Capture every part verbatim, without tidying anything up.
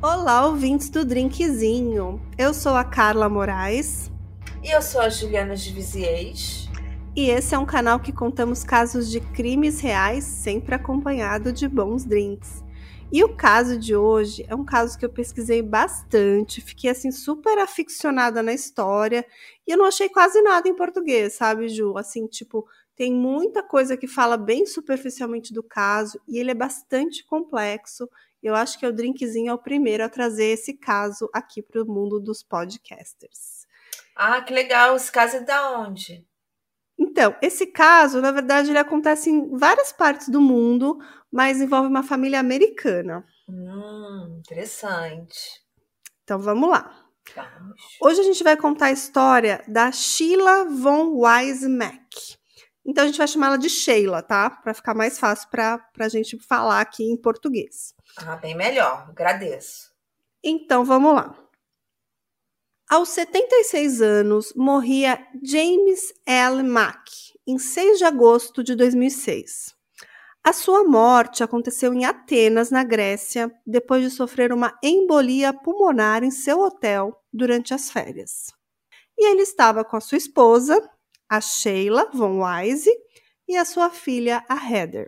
Olá, ouvintes do Drinkzinho. Eu sou a Carla Moraes. E eu sou a Juliana de Viziers. E esse é um canal que contamos casos de crimes reais, sempre acompanhado de bons drinks. E o caso de hoje é um caso que eu pesquisei bastante, fiquei assim super aficionada na história e eu não achei quase nada em português, sabe, Ju? Assim, tipo, tem muita coisa que fala bem superficialmente do caso e ele é bastante complexo. Eu acho que o Drinkzinho é o primeiro a trazer esse caso aqui para o mundo dos podcasters. Ah, que legal! Esse caso é da onde? Então, esse caso, na verdade, ele acontece em várias partes do mundo, mas envolve uma família americana. Hum, interessante. Então, vamos lá. Vamos. Hoje a gente vai contar a história da Sheila von Weizsäcker. Então, a gente vai chamar ela de Sheila, tá? Para ficar mais fácil para a gente falar aqui em português. Ah, bem melhor. Agradeço. Então, vamos lá. Aos setenta e seis anos, morria James L. Mack, em seis de agosto de dois mil e seis. A sua morte aconteceu em Atenas, na Grécia, depois de sofrer uma embolia pulmonar em seu hotel durante as férias. E ele estava com a sua esposa, a Sheila von Weizsäcker, e a sua filha, a Heather.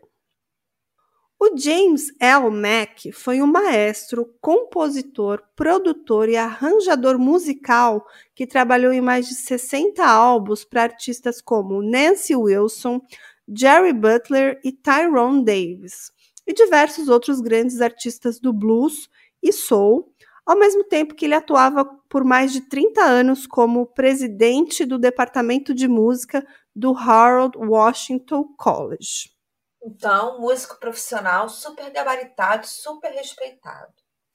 O James L. Mack foi um maestro, compositor, produtor e arranjador musical que trabalhou em mais de sessenta álbuns para artistas como Nancy Wilson, Jerry Butler e Tyrone Davis, e diversos outros grandes artistas do blues e soul, ao mesmo tempo que ele atuava por mais de trinta anos como presidente do departamento de música do Harold Washington College. Então, músico profissional super gabaritado, super respeitado.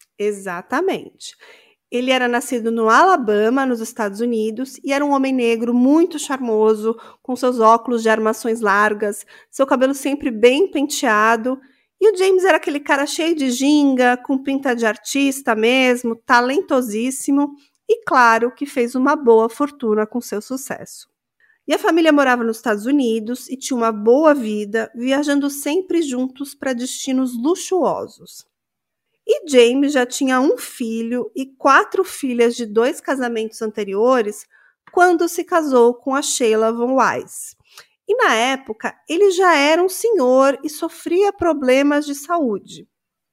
Exatamente. Ele era nascido no Alabama, nos Estados Unidos, e era um homem negro muito charmoso, com seus óculos de armações largas, seu cabelo sempre bem penteado. E o James era aquele cara cheio de ginga, com pinta de artista mesmo, talentosíssimo, e claro que fez uma boa fortuna com seu sucesso. E a família morava nos Estados Unidos e tinha uma boa vida, viajando sempre juntos para destinos luxuosos. E James já tinha um filho e quatro filhas de dois casamentos anteriores quando se casou com a Sheila von Weizsäcker. E na época, ele já era um senhor e sofria problemas de saúde.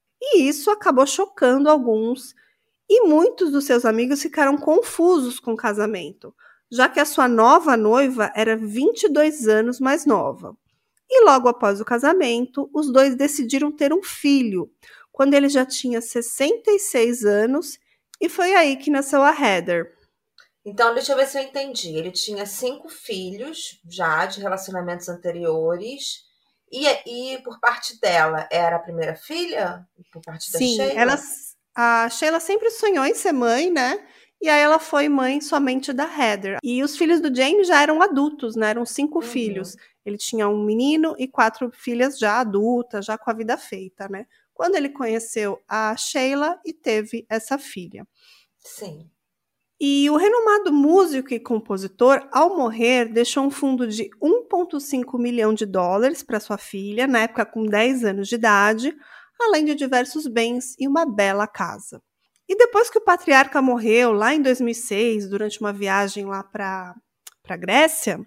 E isso acabou chocando alguns, e muitos dos seus amigos ficaram confusos com o casamento, já que a sua nova noiva era vinte e dois anos mais nova. E logo após o casamento, os dois decidiram ter um filho, quando ele já tinha sessenta e seis anos, e foi aí que nasceu a Heather. Então, deixa eu ver se eu entendi. Ele tinha cinco filhos já de relacionamentos anteriores, e, e por parte dela era a primeira filha? Por parte da Sim, Sheila? ela, a Sheila sempre sonhou em ser mãe, né? E aí ela foi mãe somente da Heather. E os filhos do James já eram adultos, né? Eram cinco Uhum. filhos. Ele tinha um menino e quatro filhas já adultas, já com a vida feita, né? Quando ele conheceu a Sheila e teve essa filha. Sim. E o renomado músico e compositor, ao morrer, deixou um fundo de um vírgula cinco milhão de dólares para sua filha, na época com dez anos de idade, além de diversos bens e uma bela casa. E depois que o patriarca morreu, lá em dois mil e seis, durante uma viagem lá para a Grécia,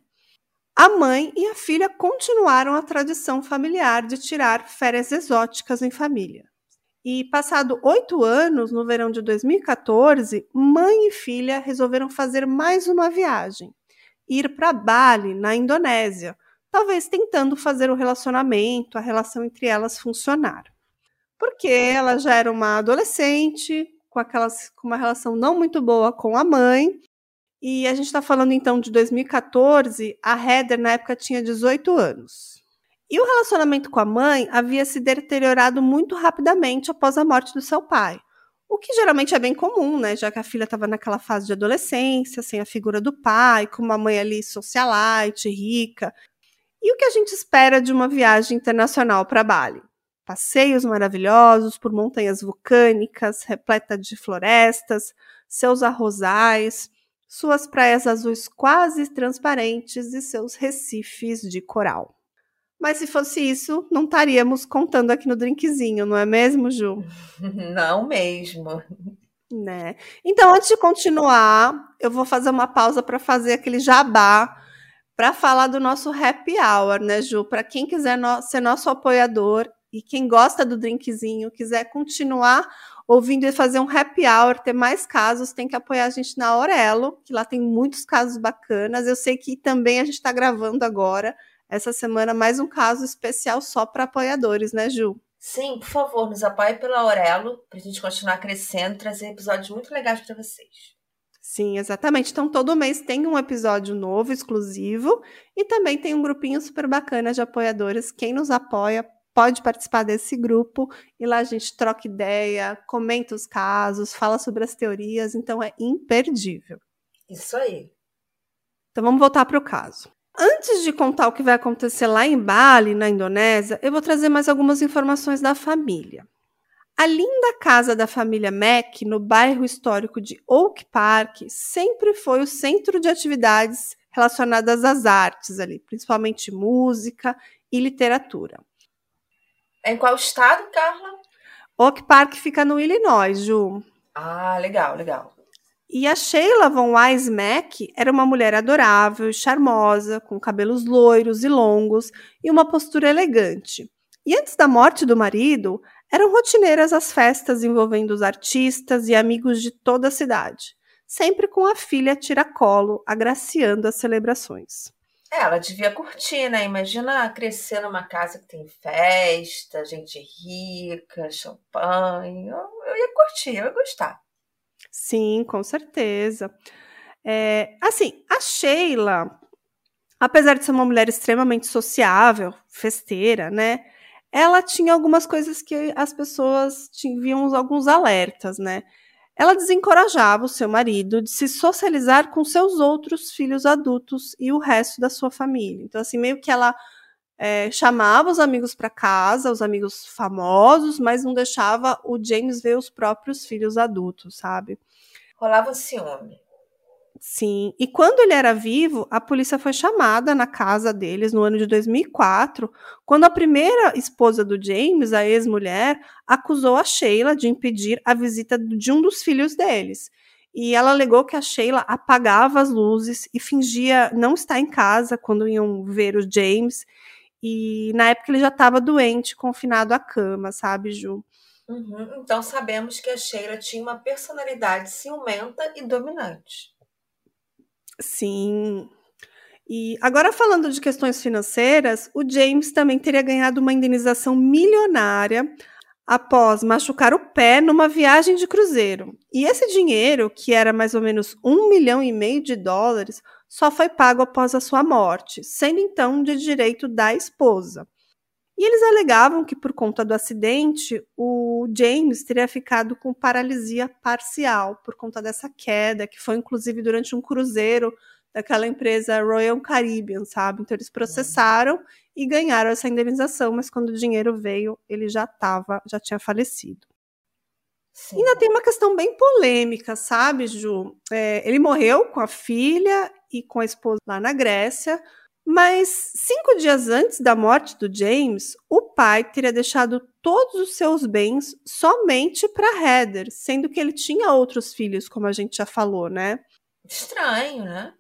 a mãe e a filha continuaram a tradição familiar de tirar férias exóticas em família. E passado oito anos, no verão de dois mil e quatorze, mãe e filha resolveram fazer mais uma viagem, ir para Bali, na Indonésia, talvez tentando fazer o relacionamento, a relação entre elas funcionar. Porque ela já era uma adolescente, com, aquelas, com uma relação não muito boa com a mãe, e a gente está falando então de dois mil e quatorze, a Heather na época tinha dezoito anos. E o relacionamento com a mãe havia se deteriorado muito rapidamente após a morte do seu pai. O que geralmente é bem comum, né? Já que a filha estava naquela fase de adolescência, sem a figura do pai, com uma mãe ali socialite, rica. E o que a gente espera de uma viagem internacional para Bali? Passeios maravilhosos por montanhas vulcânicas, repleta de florestas, seus arrozais, suas praias azuis quase transparentes e seus recifes de coral. Mas se fosse isso, não estaríamos contando aqui no drinkzinho, não é mesmo, Ju? Não mesmo. Né? Então, antes de continuar, eu vou fazer uma pausa para fazer aquele jabá para falar do nosso happy hour, né, Ju? Para quem quiser no- ser nosso apoiador e quem gosta do drinkzinho, quiser continuar ouvindo e fazer um happy hour, ter mais casos, tem que apoiar a gente na Aurelo, que lá tem muitos casos bacanas. Eu sei que também a gente está gravando agora, essa semana, mais um caso especial só para apoiadores, né, Ju? Sim, por favor, nos apoie pela Aurelo para a gente continuar crescendo e trazer episódios muito legais para vocês. Sim, exatamente. Então, todo mês tem um episódio novo, exclusivo, e também tem um grupinho super bacana de apoiadores. Quem nos apoia pode participar desse grupo, e lá a gente troca ideia, comenta os casos, fala sobre as teorias, então é imperdível. Isso aí. Então, vamos voltar para o caso. Antes de contar o que vai acontecer lá em Bali, na Indonésia, eu vou trazer mais algumas informações da família. A linda casa da família Mack, no bairro histórico de Oak Park, sempre foi o centro de atividades relacionadas às artes ali, principalmente música e literatura. Em qual estado, Carla? Oak Park fica no Illinois, Ju. Ah, legal, legal. E a Sheila Von Wise Mack era uma mulher adorável e charmosa, com cabelos loiros e longos e uma postura elegante. E antes da morte do marido, eram rotineiras as festas envolvendo os artistas e amigos de toda a cidade, sempre com a filha a tiracolo, agraciando as celebrações. É, ela devia curtir, né? Imagina crescer numa casa que tem festa, gente rica, champanhe. Eu, eu ia curtir, eu ia gostar. Sim, com certeza. É, assim, a Sheila, apesar de ser uma mulher extremamente sociável, festeira, né? Ela tinha algumas coisas que as pessoas tinham alguns alertas, né? Ela desencorajava o seu marido de se socializar com seus outros filhos adultos e o resto da sua família. Então, assim, meio que ela é, chamava os amigos para casa, os amigos famosos, mas não deixava o James ver os próprios filhos adultos, sabe? Rolava ciúme. Sim, e quando ele era vivo, a polícia foi chamada na casa deles no ano de dois mil e quatro, quando a primeira esposa do James, a ex-mulher, acusou a Sheila de impedir a visita de um dos filhos deles. E ela alegou que a Sheila apagava as luzes e fingia não estar em casa quando iam ver o James. E na época ele já estava doente, confinado à cama, sabe, Ju? Uhum. Então sabemos que a Sheila tinha uma personalidade ciumenta e dominante. Sim. E agora falando de questões financeiras, o James também teria ganhado uma indenização milionária após machucar o pé numa viagem de cruzeiro. E esse dinheiro, que era mais ou menos um milhão e meio de dólares, só foi pago após a sua morte, sendo então de direito da esposa. E eles alegavam que, por conta do acidente, o James teria ficado com paralisia parcial por conta dessa queda, que foi inclusive durante um cruzeiro daquela empresa Royal Caribbean, sabe? Então eles processaram uhum. e ganharam essa indenização, mas quando o dinheiro veio, ele já estava, já tinha falecido. Sim. Ainda tem uma questão bem polêmica, sabe, Ju? É, ele morreu com a filha e com a esposa lá na Grécia, mas cinco dias antes da morte do James, o pai teria deixado todos os seus bens somente para Heather, sendo que ele tinha outros filhos, como a gente já falou, né? Estranho, né?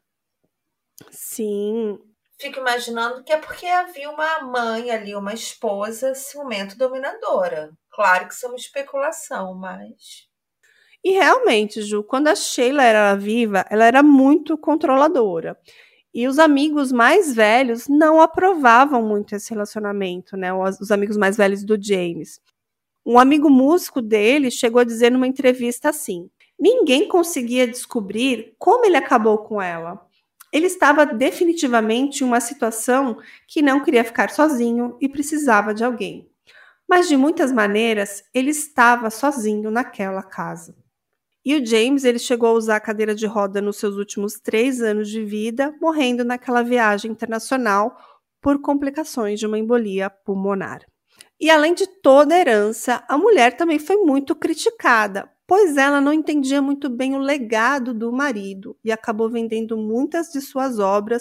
Sim. Fico imaginando que é porque havia uma mãe ali, uma esposa ciumenta dominadora. Claro que isso é uma especulação, mas... E realmente, Ju, quando a Sheila era viva, ela era muito controladora. E os amigos mais velhos não aprovavam muito esse relacionamento, né? Os, os amigos mais velhos do James. Um amigo músico dele chegou a dizer numa entrevista assim: ninguém conseguia descobrir como ele acabou com ela. Ele estava definitivamente em uma situação que não queria ficar sozinho e precisava de alguém. Mas, de muitas maneiras, ele estava sozinho naquela casa. E o James ele chegou a usar a cadeira de roda nos seus últimos três anos de vida, morrendo naquela viagem internacional por complicações de uma embolia pulmonar. E, além de toda a herança, a mulher também foi muito criticada, pois ela não entendia muito bem o legado do marido e acabou vendendo muitas de suas obras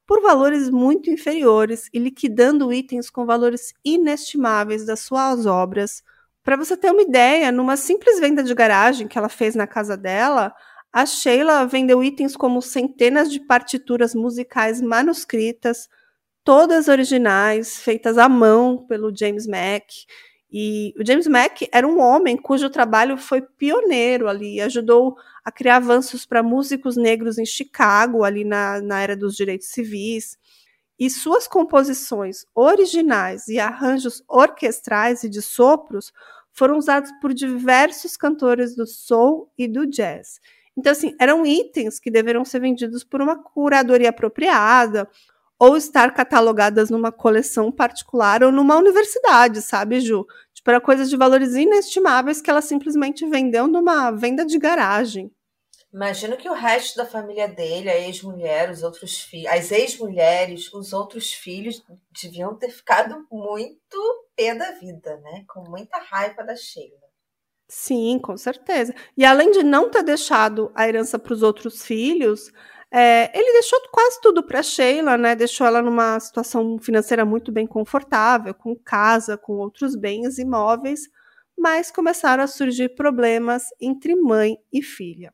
por valores muito inferiores e liquidando itens com valores inestimáveis das suas obras. Para você ter uma ideia, numa simples venda de garagem que ela fez na casa dela, a Sheila vendeu itens como centenas de partituras musicais manuscritas, todas originais, feitas à mão pelo James Mack. E o James Mack era um homem cujo trabalho foi pioneiro ali, ajudou a criar avanços para músicos negros em Chicago, ali na, na era dos direitos civis. E suas composições originais e arranjos orquestrais e de sopros foram usados por diversos cantores do soul e do jazz. Então, assim, eram itens que deveriam ser vendidos por uma curadoria apropriada ou estar catalogadas numa coleção particular ou numa universidade, sabe, Ju? Tipo, era coisas de valores inestimáveis que ela simplesmente vendeu numa venda de garagem. Imagino que o resto da família dele, a ex-mulher, os outros filhos, as ex-mulheres, os outros filhos deviam ter ficado muito pé da vida, né? Com muita raiva da Sheila. Sim, com certeza. E além de não ter deixado a herança para os outros filhos, é, ele deixou quase tudo para Sheila, né? Deixou ela numa situação financeira muito bem confortável, com casa, com outros bens imóveis, mas começaram a surgir problemas entre mãe e filha.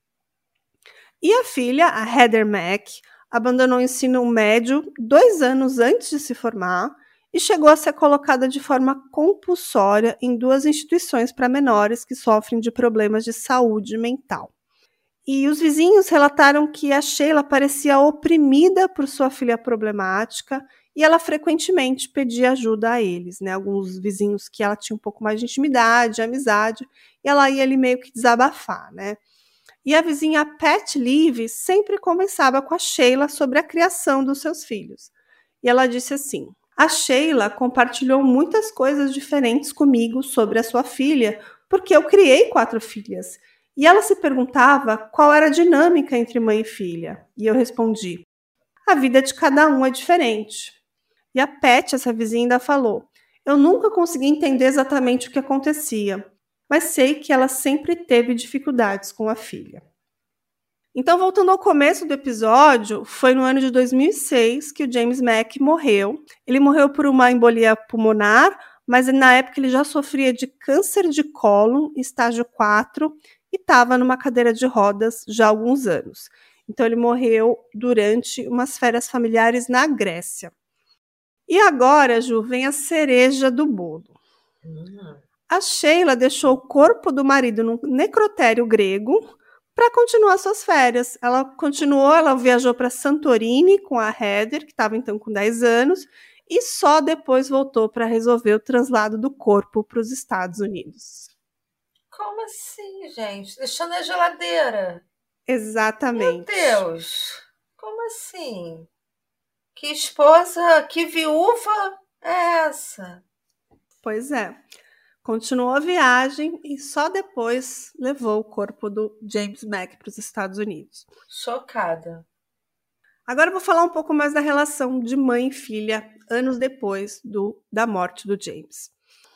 E a filha, a Heather Mack, abandonou o ensino médio dois anos antes de se formar e chegou a ser colocada de forma compulsória em duas instituições para menores que sofrem de problemas de saúde mental. E os vizinhos relataram que a Sheila parecia oprimida por sua filha problemática e ela frequentemente pedia ajuda a eles, né? Alguns vizinhos que ela tinha um pouco mais de intimidade, amizade, e ela ia ali meio que desabafar, né? E a vizinha Pat Levy sempre conversava com a Sheila sobre a criação dos seus filhos. E ela disse assim: a Sheila compartilhou muitas coisas diferentes comigo sobre a sua filha, porque eu criei quatro filhas. E ela se perguntava qual era a dinâmica entre mãe e filha. E eu respondi: a vida de cada um é diferente. E a Pat, essa vizinha, ainda falou: eu nunca consegui entender exatamente o que acontecia, mas sei que ela sempre teve dificuldades com a filha. Então, voltando ao começo do episódio, foi no ano de dois mil e seis que o James Mack morreu. Ele morreu por uma embolia pulmonar, mas na época ele já sofria de câncer de cólon, estágio quatro, e estava numa cadeira de rodas já há alguns anos. Então, ele morreu durante umas férias familiares na Grécia. E agora, Ju, vem a cereja do bolo. Uhum. A Sheila deixou o corpo do marido no necrotério grego para continuar suas férias. Ela continuou, ela viajou para Santorini com a Heather, que estava então com dez anos, e só depois voltou para resolver o traslado do corpo para os Estados Unidos. Como assim, gente? Deixou na geladeira? Exatamente. Meu Deus! Como assim? Que esposa, que viúva é essa? Pois é. Continuou a viagem e só depois levou o corpo do James Mack para os Estados Unidos. Chocada. Agora eu vou falar um pouco mais da relação de mãe e filha anos depois do, da morte do James.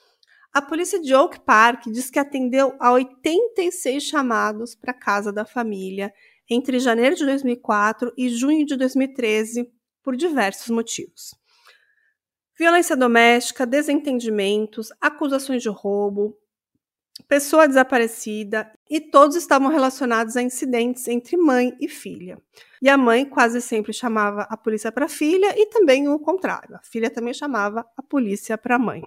A polícia de Oak Park diz que atendeu a oitenta e seis chamados para a casa da família entre janeiro de dois mil e quatro e junho de dois mil e treze por diversos motivos. Violência doméstica, desentendimentos, acusações de roubo, pessoa desaparecida, e todos estavam relacionados a incidentes entre mãe e filha. E a mãe quase sempre chamava a polícia para a filha e também o contrário. A filha também chamava a polícia para a mãe.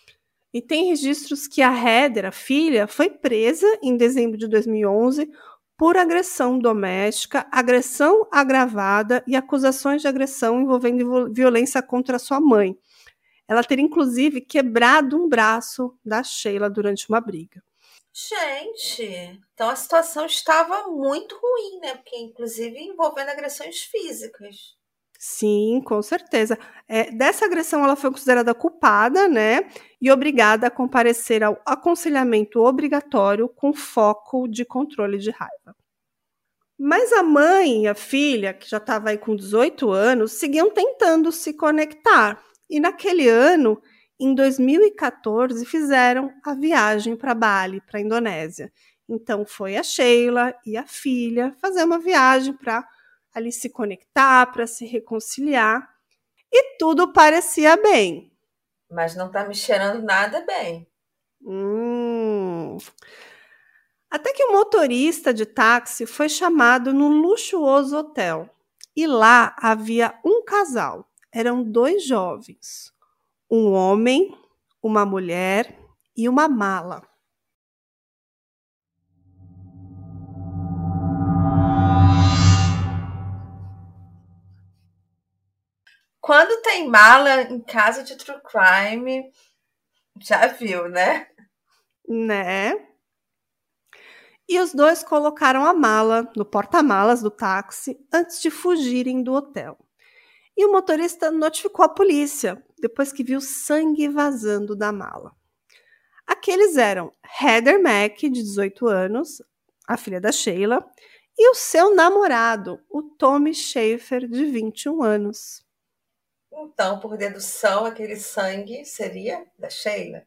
E tem registros que a Heather, a filha, foi presa em dezembro de dois mil e onze por agressão doméstica, agressão agravada e acusações de agressão envolvendo violência contra sua mãe. Ela teria, inclusive, quebrado um braço da Sheila durante uma briga. Gente, então a situação estava muito ruim, né? Porque, inclusive, envolvendo agressões físicas. Sim, com certeza. É, dessa agressão, ela foi considerada culpada, né? E obrigada a comparecer ao aconselhamento obrigatório com foco de controle de raiva. Mas a mãe e a filha, que já estava aí com dezoito anos, seguiam tentando se conectar. E naquele ano, em dois mil e quatorze, fizeram a viagem para Bali, para a Indonésia. Então, foi a Sheila e a filha fazer uma viagem para ali se conectar, para se reconciliar, e tudo parecia bem. Mas não tá me cheirando nada bem. Hum. Até que o motorista de táxi foi chamado num luxuoso hotel. E lá havia um casal. Eram dois jovens. Um homem, uma mulher e uma mala. Quando tem mala em casa de true crime, já viu, né? Né? E os dois colocaram a mala no porta-malas do táxi antes de fugirem do hotel. E o motorista notificou a polícia depois que viu sangue vazando da mala. Aqueles eram Heather Mack, de dezoito anos, a filha da Sheila, e o seu namorado, o Tommy Schaefer, de vinte e um anos. Então, por dedução, aquele sangue seria da Sheila?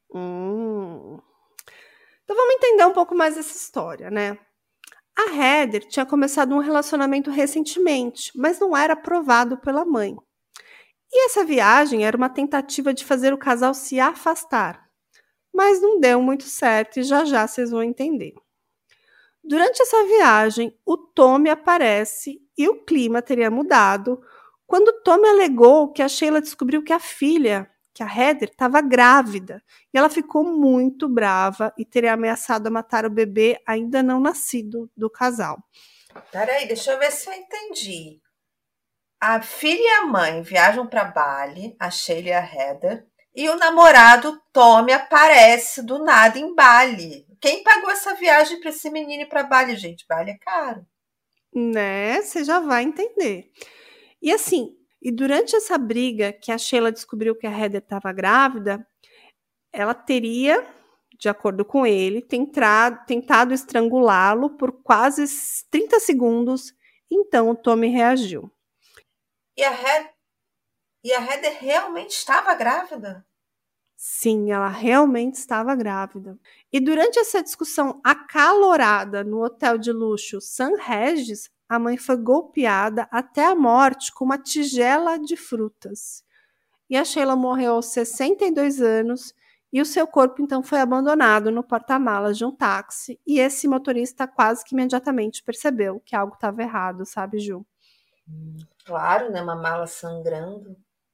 Hum. Então vamos entender um pouco mais essa história, né? A Heather tinha começado um relacionamento recentemente, mas não era aprovado pela mãe. E essa viagem era uma tentativa de fazer o casal se afastar. Mas não deu muito certo e já já vocês vão entender. Durante essa viagem, o Tommy aparece e o clima teria mudado quando o Tommy alegou que a Sheila descobriu que a filha, que a Heather, estava grávida. E ela ficou muito brava e teria ameaçado matar o bebê ainda não nascido do casal. Peraí, deixa eu ver se eu entendi. A filha e a mãe viajam para Bali, a Sheila e a Heather, e o namorado Tommy aparece do nada em Bali. Quem pagou essa viagem para esse menino ir para Bali, gente? Bali é caro. Né? Você já vai entender. E assim, e durante essa briga que a Sheila descobriu que a Heather estava grávida, ela teria, de acordo com ele, tentado, tentado estrangulá-lo por quase trinta segundos. Então o Tommy reagiu. E a Heather, e a Heather realmente estava grávida? Sim, ela realmente estava grávida. E durante essa discussão acalorada no hotel de luxo San Regis, a mãe foi golpeada até a morte com uma tigela de frutas. E a Sheila morreu aos sessenta e dois anos e o seu corpo então foi abandonado no porta-malas de um táxi. E esse motorista quase que imediatamente percebeu que algo estava errado, sabe, Ju? Claro, né? Uma mala sangrando.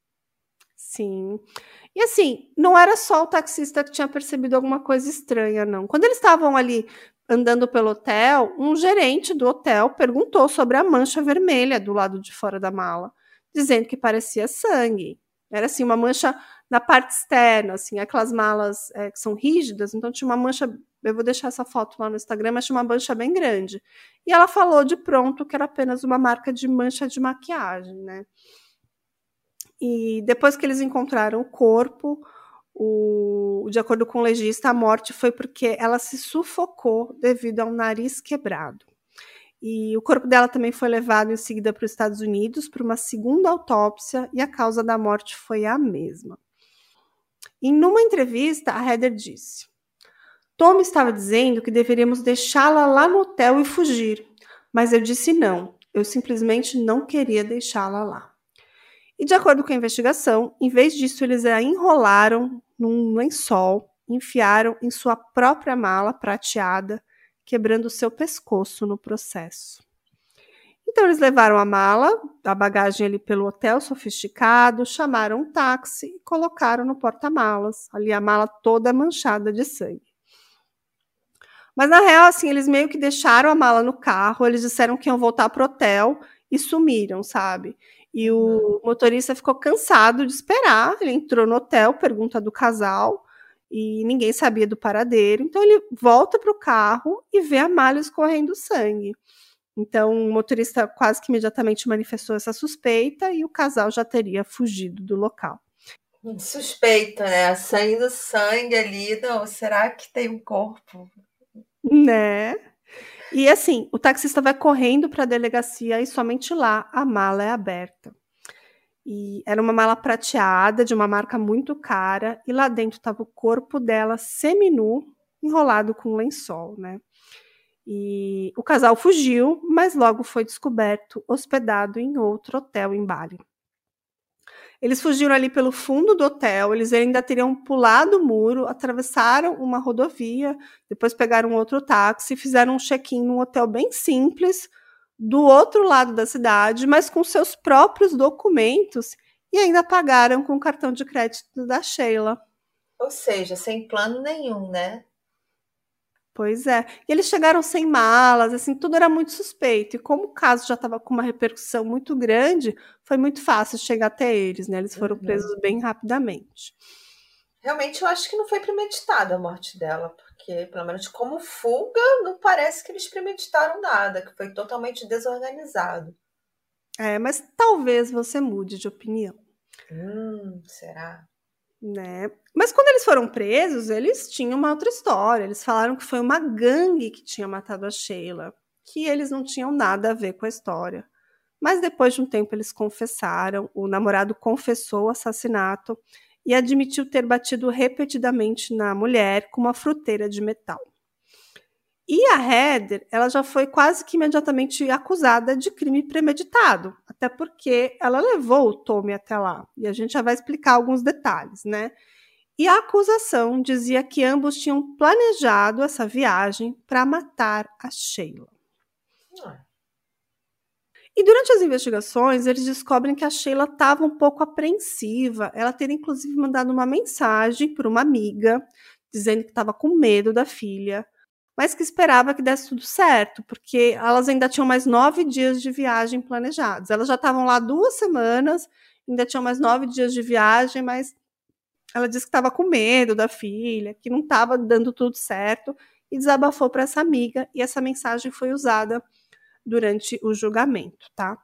Sim. E assim, não era só o taxista que tinha percebido alguma coisa estranha, não. Quando eles estavam ali andando pelo hotel, um gerente do hotel perguntou sobre a mancha vermelha do lado de fora da mala, dizendo que parecia sangue. Era assim, uma mancha na parte externa, assim, aquelas malas é, que são rígidas, então tinha uma mancha, eu vou deixar essa foto lá no Instagram, mas tinha uma mancha bem grande. E ela falou de pronto que era apenas uma marca de mancha de maquiagem, né? E depois que eles encontraram o corpo, o, de acordo com o legista, a morte foi porque ela se sufocou devido a um nariz quebrado. E o corpo dela também foi levado em seguida para os Estados Unidos para uma segunda autópsia e a causa da morte foi a mesma. Em numa entrevista, a Heather disse: Tom estava dizendo que deveríamos deixá-la lá no hotel e fugir, mas eu disse não, eu simplesmente não queria deixá-la lá. E de acordo com a investigação, em vez disso, eles a enrolaram num lençol, enfiaram em sua própria mala prateada, quebrando seu pescoço no processo. Então, eles levaram a mala, a bagagem ali pelo hotel sofisticado, chamaram um táxi e colocaram no porta-malas, ali a mala toda manchada de sangue. Mas, na real, assim, eles meio que deixaram a mala no carro, eles disseram que iam voltar pro hotel e sumiram, sabe? E o motorista ficou cansado de esperar. Ele entrou no hotel, pergunta do casal, e ninguém sabia do paradeiro. Então, ele volta para o carro e vê a mala escorrendo sangue. Então, o motorista quase que imediatamente manifestou essa suspeita e o casal já teria fugido do local. Suspeita, né? Saindo sangue ali. Não, será que tem um corpo? Né? E assim, o taxista vai correndo para a delegacia e somente lá a mala é aberta. E era uma mala prateada de uma marca muito cara e lá dentro estava o corpo dela seminu, enrolado com lençol, né? E o casal fugiu, mas logo foi descoberto hospedado em outro hotel em Bali. Eles fugiram ali pelo fundo do hotel, eles ainda teriam pulado o muro, atravessaram uma rodovia, depois pegaram um outro táxi, fizeram um check-in num hotel bem simples, do outro lado da cidade, mas com seus próprios documentos, e ainda pagaram com o cartão de crédito da Sheila. Ou seja, sem plano nenhum, né? Pois é. E eles chegaram sem malas, assim, tudo era muito suspeito. E como o caso já estava com uma repercussão muito grande, foi muito fácil chegar até eles, né? Eles foram Uhum. presos bem rapidamente. Realmente, eu acho que não foi premeditada a morte dela, porque, pelo menos como fuga, não parece que eles premeditaram nada, que foi totalmente desorganizado. É, mas talvez você mude de opinião. Hum, será? Né? Mas quando eles foram presos, eles tinham uma outra história. Eles falaram que foi uma gangue que tinha matado a Sheila, que eles não tinham nada a ver com a história. Mas depois de um tempo eles confessaram, o namorado confessou o assassinato e admitiu ter batido repetidamente na mulher com uma fruteira de metal. E a Heather, ela já foi quase que imediatamente acusada de crime premeditado, até porque ela levou o Tommy até lá. E a gente já vai explicar alguns detalhes, né? E a acusação dizia que ambos tinham planejado essa viagem para matar a Sheila. Ah. E durante as investigações, eles descobrem que a Sheila estava um pouco apreensiva. Ela teria, inclusive, mandado uma mensagem para uma amiga, dizendo que estava com medo da filha, mas que esperava que desse tudo certo, porque elas ainda tinham mais nove dias de viagem planejados. Elas já estavam lá duas semanas, ainda tinham mais nove dias de viagem, mas ela disse que estava com medo da filha, que não estava dando tudo certo, e desabafou para essa amiga, e essa mensagem foi usada durante o julgamento, tá?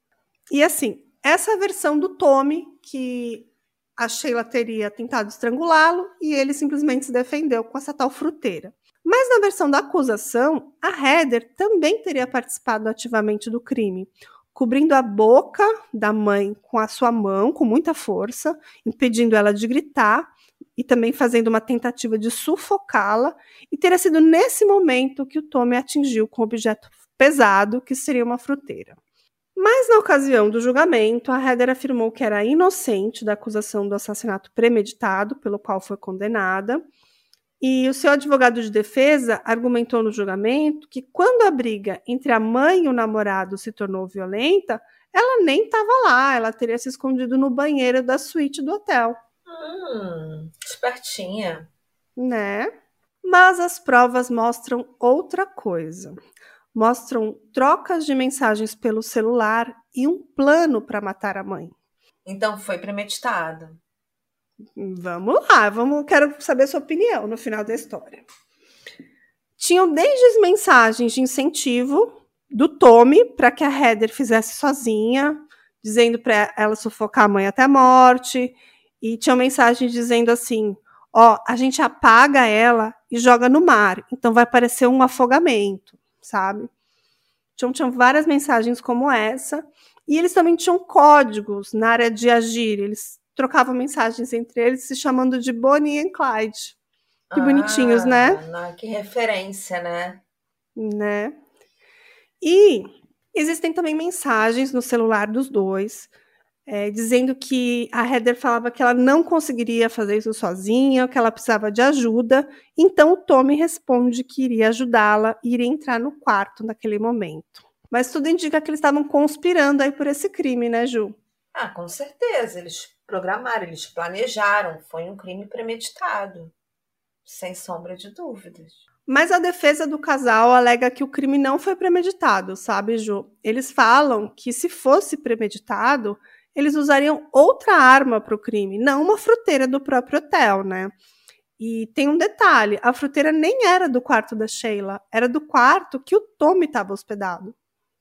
E assim, essa versão do Tommy, que a Sheila teria tentado estrangulá-lo, e ele simplesmente se defendeu com essa tal fruteira. Mas na versão da acusação, a Heather também teria participado ativamente do crime, cobrindo a boca da mãe com a sua mão, com muita força, impedindo ela de gritar e também fazendo uma tentativa de sufocá-la, e teria sido nesse momento que o Tommy atingiu com um objeto pesado, que seria uma fruteira. Mas na ocasião do julgamento, a Heather afirmou que era inocente da acusação do assassinato premeditado, pelo qual foi condenada, e o seu advogado de defesa argumentou no julgamento que quando a briga entre a mãe e o namorado se tornou violenta, ela nem estava lá, ela teria se escondido no banheiro da suíte do hotel. Hum, espertinha. Né? Mas as provas mostram outra coisa. Mostram trocas de mensagens pelo celular e um plano para matar a mãe. Então foi premeditado. Vamos lá, vamos, quero saber sua opinião no final da história. Tinham desde as mensagens de incentivo do Tommy para que a Heather fizesse sozinha, dizendo para ela sufocar a mãe até a morte, e tinham mensagens dizendo assim: ó, a gente apaga ela e joga no mar, então vai parecer um afogamento, sabe? Tinham, tinham várias mensagens como essa, e eles também tinham códigos na área de agir, eles trocavam mensagens entre eles, se chamando de Bonnie e Clyde. Que ah, bonitinhos, né? Não, que referência, né? Né? E existem também mensagens no celular dos dois, é, dizendo que a Heather falava que ela não conseguiria fazer isso sozinha, que ela precisava de ajuda. Então o Tommy responde que iria ajudá-la e iria entrar no quarto naquele momento. Mas tudo indica que eles estavam conspirando aí por esse crime, né, Ju? Ah, com certeza. Eles programaram, eles planejaram. Foi um crime premeditado. Sem sombra de dúvidas. Mas a defesa do casal alega que o crime não foi premeditado, sabe, Ju? Eles falam que se fosse premeditado, eles usariam outra arma para o crime, não uma fruteira do próprio hotel, né? E tem um detalhe, a fruteira nem era do quarto da Sheila, era do quarto que o Tommy estava hospedado.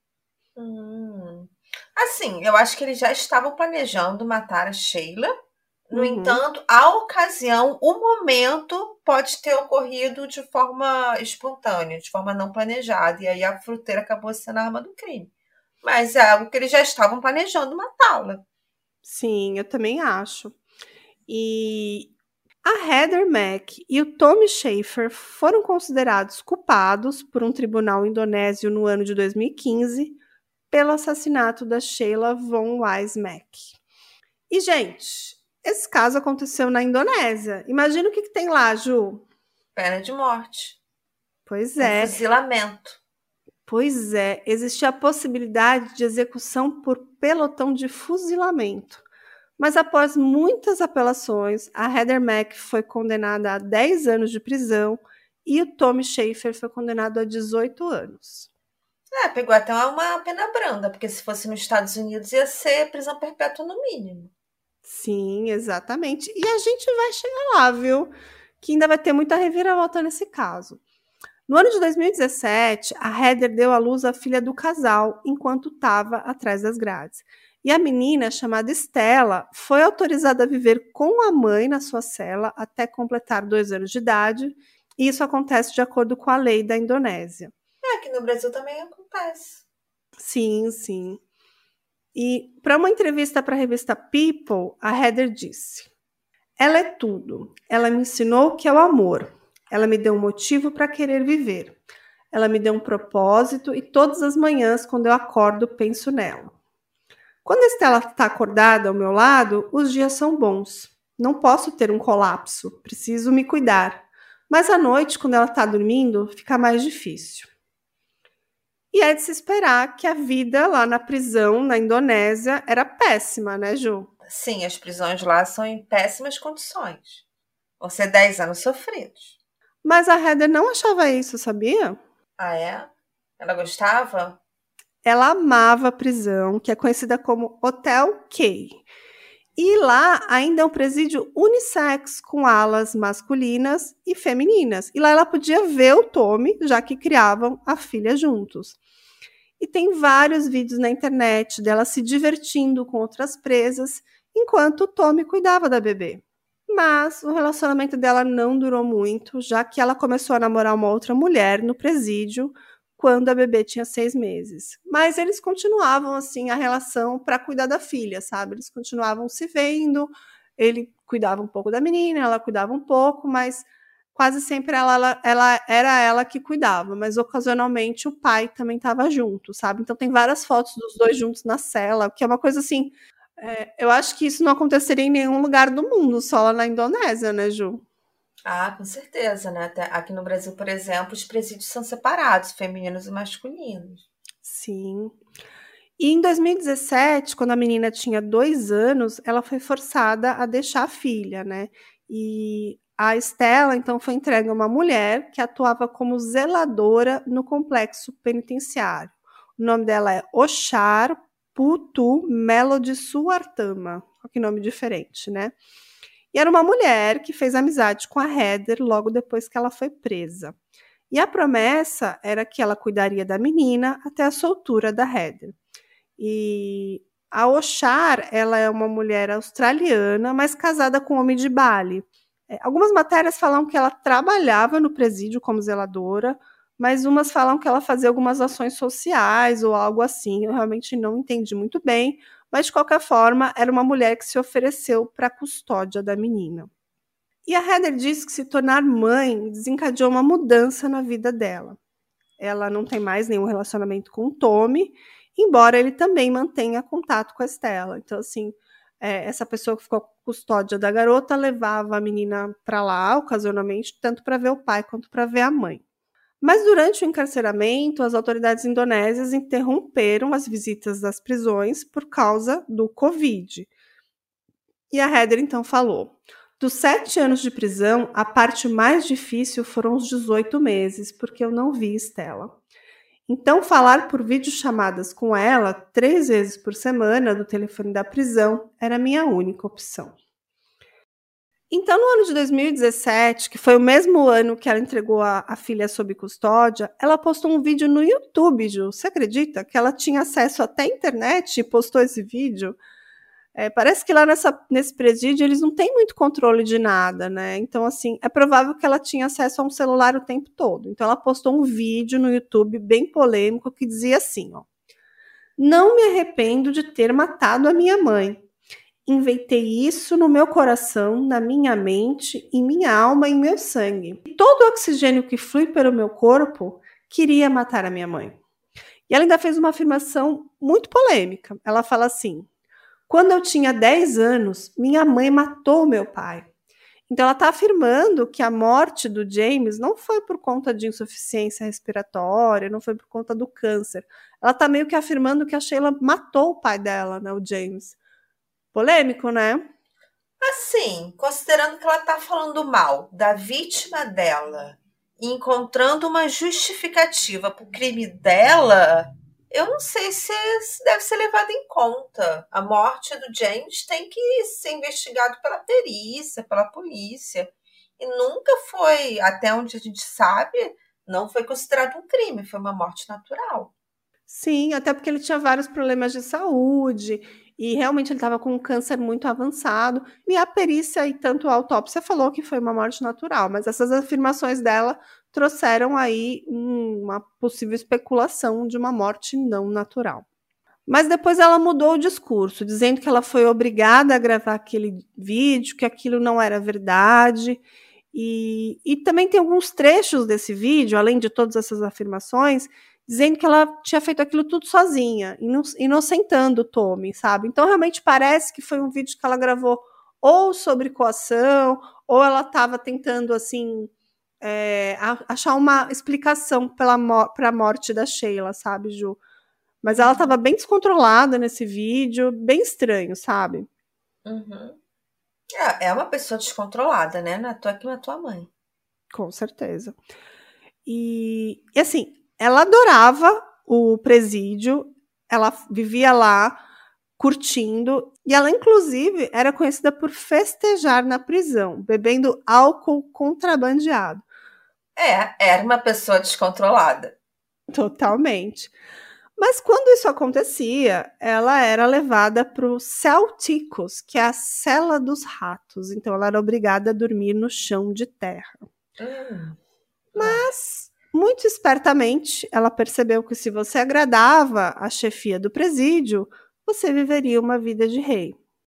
Hum. Assim, eu acho que eles já estavam planejando matar a Sheila. No uhum. entanto, a ocasião, o momento pode ter ocorrido de forma espontânea, de forma não planejada. E aí a fruteira acabou sendo a arma do crime. Mas é algo que eles já estavam planejando matá-la. Sim, eu também acho. E A Heather Mack e o Tommy Schaefer foram considerados culpados por um tribunal indonésio no ano de dois mil e quinze pelo assassinato da Sheila von Wise Mack. E, gente, esse caso aconteceu na Indonésia. Imagina o que, que tem lá, Ju. Pena de morte. Pois é. Um fuzilamento. Pois é, existia a possibilidade de execução por pelotão de fuzilamento. Mas após muitas apelações, a Heather Mack foi condenada a dez anos de prisão e o Tommy Schaefer foi condenado a dezoito anos. É, pegou até uma pena branda, porque se fosse nos Estados Unidos ia ser prisão perpétua no mínimo. Sim, exatamente. E a gente vai chegar lá, viu? Que ainda vai ter muita reviravolta nesse caso. No ano de dois mil e dezessete, a Heather deu à luz a filha do casal enquanto estava atrás das grades. E a menina, chamada Stella, foi autorizada a viver com a mãe na sua cela até completar dois anos de idade. E isso acontece de acordo com a lei da Indonésia. É, aqui no Brasil também acontece. Sim, sim. E para uma entrevista para a revista People, a Heather disse: "Ela é tudo. Ela me ensinou o que é o amor. Ela me deu um motivo para querer viver. Ela me deu um propósito e todas as manhãs, quando eu acordo, penso nela. Quando a Stella está acordada ao meu lado, os dias são bons. Não posso ter um colapso, preciso me cuidar. Mas à noite, quando ela está dormindo, fica mais difícil." E é de se esperar que a vida lá na prisão, na Indonésia, era péssima, né, Ju? Sim, as prisões lá são em péssimas condições. Vão ser dez anos sofridos. Mas a Heather não achava isso, sabia? Ah, é? Ela gostava? Ela amava a prisão, que é conhecida como Hotel K. E lá ainda é um presídio unissex, com alas masculinas e femininas. E lá ela podia ver o Tommy, já que criavam a filha juntos. E tem vários vídeos na internet dela se divertindo com outras presas, enquanto o Tommy cuidava da bebê. Mas o relacionamento dela não durou muito, já que ela começou a namorar uma outra mulher no presídio, quando a bebê tinha seis meses. Mas eles continuavam, assim, a relação para cuidar da filha, sabe? Eles continuavam se vendo, ele cuidava um pouco da menina, ela cuidava um pouco, mas quase sempre ela, ela, ela era ela que cuidava, mas ocasionalmente o pai também estava junto, sabe? Então tem várias fotos dos dois juntos na cela, que é uma coisa assim, é, eu acho que isso não aconteceria em nenhum lugar do mundo, só lá na Indonésia, né, Ju? Ah, com certeza, né? Até aqui no Brasil, por exemplo, os presídios são separados, femininos e masculinos. Sim. E em dois mil e dezessete, quando a menina tinha dois anos, ela foi forçada a deixar a filha, né? E a Stella, então, foi entregue a uma mulher que atuava como zeladora no complexo penitenciário. O nome dela é Oshar Putu Melody Suartama. Olha que nome diferente, né? E era uma mulher que fez amizade com a Heather logo depois que ela foi presa. E a promessa era que ela cuidaria da menina até a soltura da Heather. E a Oshar, ela é uma mulher australiana, mas casada com um homem de Bali. É, algumas matérias falam que ela trabalhava no presídio como zeladora, mas umas falam que ela fazia algumas ações sociais ou algo assim. Eu realmente não entendi muito bem, mas de qualquer forma, era uma mulher que se ofereceu para a custódia da menina. E a Heather disse que se tornar mãe desencadeou uma mudança na vida dela. Ela não tem mais nenhum relacionamento com o Tommy, embora ele também mantenha contato com a Stella. Então, assim, é, essa pessoa que ficou com custódia da garota levava a menina para lá, ocasionalmente, tanto para ver o pai quanto para ver a mãe. Mas durante o encarceramento, as autoridades indonésias interromperam as visitas das prisões por causa do Covid. E a Heather, então, falou: dos sete anos de prisão, a parte mais difícil foram os dezoito meses, porque eu não vi Stella. Então, falar por videochamadas com ela, três vezes por semana, do telefone da prisão, era a minha única opção. Então, no ano de dois mil e dezessete, que foi o mesmo ano que ela entregou a, a filha sob custódia, ela postou um vídeo no YouTube, Ju. Você acredita que ela tinha acesso até à internet e postou esse vídeo? É, parece que lá nessa, nesse presídio eles não têm muito controle de nada, né? Então, assim, é provável que ela tinha acesso a um celular o tempo todo. Então, ela postou um vídeo no YouTube bem polêmico que dizia assim, ó: não me arrependo de ter matado a minha mãe. inventei isso no meu coração, na minha mente, em minha alma e em meu sangue. E todo o oxigênio que flui pelo meu corpo queria matar a minha mãe. E ela ainda fez uma afirmação muito polêmica. Ela fala assim: quando eu tinha dez anos, minha mãe matou meu pai. Então ela está afirmando que a morte do James não foi por conta de insuficiência respiratória, não foi por conta do câncer. Ela está meio que afirmando que a Sheila matou o pai dela, né, o James. Polêmico, né? Assim, considerando que ela está falando mal da vítima dela e encontrando uma justificativa para o crime dela, eu não sei se deve ser levado em conta. A morte do James tem que ser investigado pela perícia, pela polícia. E nunca foi, até onde a gente sabe, não foi considerado um crime, foi uma morte natural. Sim, até porque ele tinha vários problemas de saúde e realmente ele estava com um câncer muito avançado. E a perícia e tanto a autópsia falou que foi uma morte natural, mas essas afirmações dela trouxeram aí uma possível especulação de uma morte não natural. Mas depois ela mudou o discurso, dizendo que ela foi obrigada a gravar aquele vídeo, que aquilo não era verdade. E, e também tem alguns trechos desse vídeo, além de todas essas afirmações, dizendo que ela tinha feito aquilo tudo sozinha, inocentando o Tommy, sabe? Então realmente parece que foi um vídeo que ela gravou ou sobre coação, ou ela estava tentando, assim, é, achar uma explicação para a morte da Sheila, sabe, Ju? Mas ela estava bem descontrolada nesse vídeo, bem estranho, sabe? Uhum. É, é uma pessoa descontrolada, né? Não é à toa que matou a mãe. Com certeza. E, e assim, ela adorava o presídio, ela vivia lá curtindo, e ela inclusive era conhecida por festejar na prisão, bebendo álcool contrabandeado. É, era uma pessoa descontrolada. Totalmente. Mas quando isso acontecia, ela era levada para o Celticus, que é a cela dos ratos. Então ela era obrigada a dormir no chão de terra. Hum. Mas, muito espertamente, ela percebeu que se você agradava a chefia do presídio, você viveria uma vida de rei.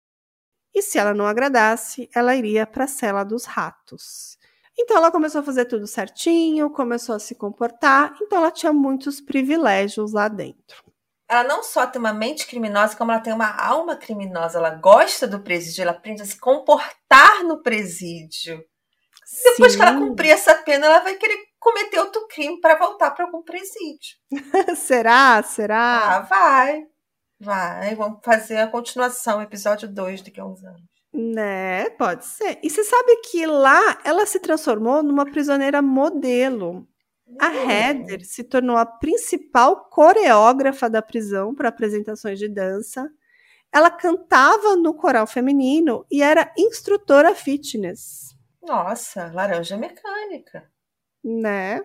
E se ela não agradasse, ela iria para a cela dos ratos. Então ela começou a fazer tudo certinho, começou a se comportar, então ela tinha muitos privilégios lá dentro. Ela não só tem uma mente criminosa, como ela tem uma alma criminosa. Ela gosta do presídio, ela aprende a se comportar no presídio. Depois Sim. que ela cumprir essa pena, ela vai querer cometer outro crime para voltar para algum presídio. Será? Será? Ah, vai. Vai. Vamos fazer a continuação, episódio dois daqui a uns anos. Né, pode ser. E você sabe que lá ela se transformou numa prisioneira modelo. A Heather se tornou a principal coreógrafa da prisão para apresentações de dança. Ela cantava no coral feminino e era instrutora fitness. Nossa, laranja mecânica. Né?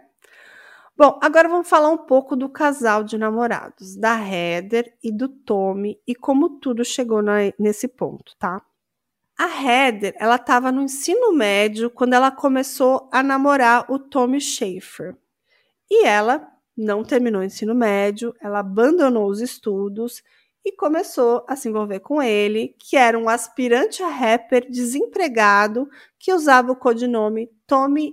Bom, agora vamos falar um pouco do casal de namorados, da Heather e do Tommy, e como tudo chegou na, nesse ponto, tá? A Heather, ela estava no ensino médio quando ela começou a namorar o Tommy Schaefer. E ela não terminou o ensino médio, ela abandonou os estudos e começou a se envolver com ele, que era um aspirante a rapper desempregado que usava o codinome Tommy